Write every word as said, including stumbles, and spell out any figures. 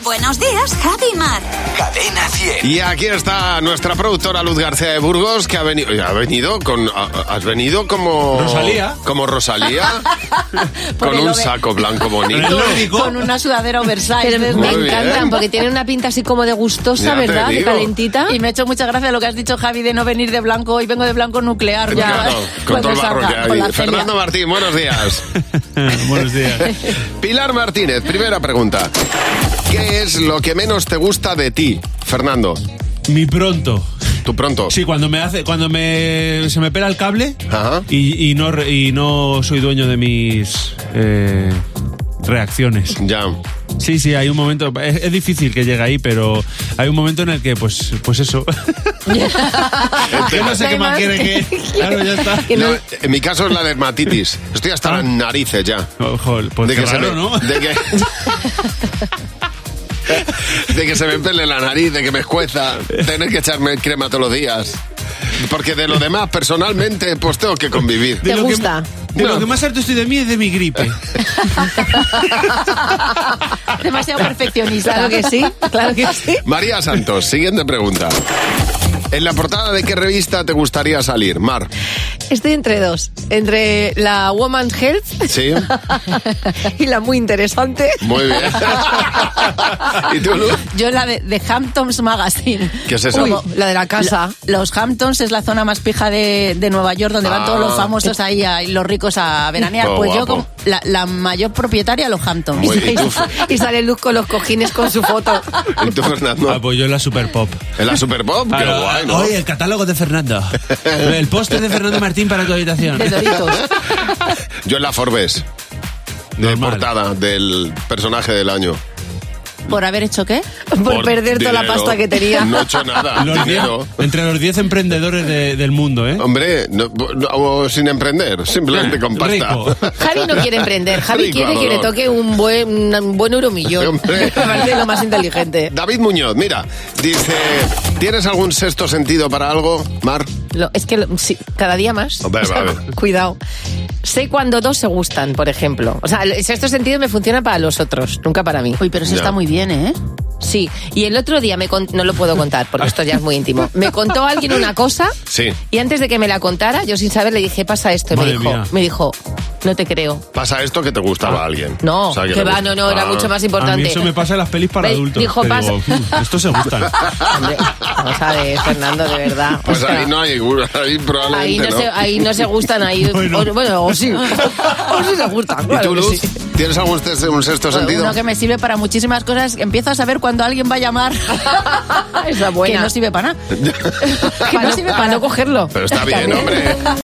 Buenos días, Javi y Mar. Cadena cien. Y aquí está nuestra productora Luz García de Burgos, que ha venido, ha venido con, has venido como Rosalía, como Rosalía, con un saco blanco bonito, con una sudadera oversize. Pero me Muy encantan bien. porque tienen una pinta así como de gustosa, Ya te ¿verdad? De digo. calentita. Y me ha hecho mucha gracia lo que has dicho, Javi, de no venir de blanco. Hoy vengo de blanco nuclear ya. Claro, con todo el barro que con la hay. celia. Fernando Martín, buenos días. Buenos días. Pilar Martínez, primera pregunta. ¿Qué es lo que menos te gusta de ti, Fernando? Mi pronto. Tú pronto. Sí, cuando me hace, cuando me se me pela el cable. Ajá. y, y no re- y no soy dueño de mis eh, reacciones. Ya. Sí, sí, hay un momento, es, es difícil que llegue ahí, pero hay un momento en el que, pues, pues eso. Yo no sé qué más quiere que. Claro, ya está. Que no- No, en mi caso es la dermatitis. Estoy hasta las narices ya. Ojo, pues De qué que, se raro, me, ¿no? de, que, de que se me pele la nariz, de que me escueza, tener que echarme crema todos los días. Porque de lo demás, personalmente, pues tengo que convivir. De ¿Te lo que- gusta? de No. lo que más harto estoy de mí es de mi gripe. Demasiado perfeccionista. Claro que sí, claro que sí. María Santos, siguiente pregunta. ¿En la portada de qué revista te gustaría salir, Mar? Estoy entre dos. Entre la Woman's Health Sí, y la muy interesante. muy bien. ¿Y tú, Luz? Yo la de, de Hamptons Magazine. ¿Qué es eso? Uy, la de la casa. Lo- Los Hamptons es la zona más pija de, de Nueva York, donde van Ah. todos los famosos ahí, a- y los ricos a veranear. Oh, pues yo, guapo. como la, la mayor propietaria, los Hamptons. Muy bien. ¿Y tú, Y sale Luz con los cojines con su foto. ¿Y tú, Fernando? Ah, pues yo en la Super Pop. ¿En la Super Pop? Qué Ah, guay, ¿no? Oye, el catálogo de Fernando. El póster de Fernando Martín para tu habitación. De Doritos. Yo en la Forbes. De Normal. portada del personaje del año. ¿Por haber hecho qué? Por, perder toda la dinero. pasta que tenía. No he hecho nada. Los diez- dinero. entre los diez emprendedores de- del mundo, ¿eh? Hombre, no, no, sin emprender, simplemente con pasta. Rico. Javi no quiere emprender. Javi Rico, quiere que le Adolor. toque un buen, un buen euromillón. Hombre. Me parece lo más inteligente. David Muñoz, mira, dice, ¿tienes algún sexto sentido para algo, Mar? Lo- es que lo- sí, cada día más. Hombre, O sea, vale. Cuidado. Sé cuando dos se gustan, por ejemplo. O sea, el sexto sentido me funciona para los otros, nunca para mí. Uy, pero eso Ya. está muy bien, ¿eh? Sí, y el otro día me con- no lo puedo contar porque esto ya es muy íntimo. Me contó alguien una cosa Sí. y antes de que me la contara, yo sin saber le dije, pasa esto. Y me Madre dijo, mía. me dijo, no te creo. Pasa esto que te gustaba a alguien. No, O sea, que le va, gusta. no, no, era Ah. mucho más A importante. mí eso me pasa en las pelis para Ve, adultos. dijo, que pasa- digo, "Mm, estos se gustan". Hombre, vamos a ver, Fernando, de verdad. Pues O sea, ahí no hay, ahí probablemente ahí no, no. Se, ahí no se gustan, ahí... Bueno. O, bueno, o sí. O sí se gustan, ¿Y claro tú, que Luz? sí. ¿Tienes algún ses- un sexto sentido? Uno que me sirve para muchísimas cosas. Empiezo a saber cuando alguien va a llamar. Esa Que buena. no sirve para nada. Que Para no no, sirve para para no nada. cogerlo. Pero está bien, hombre.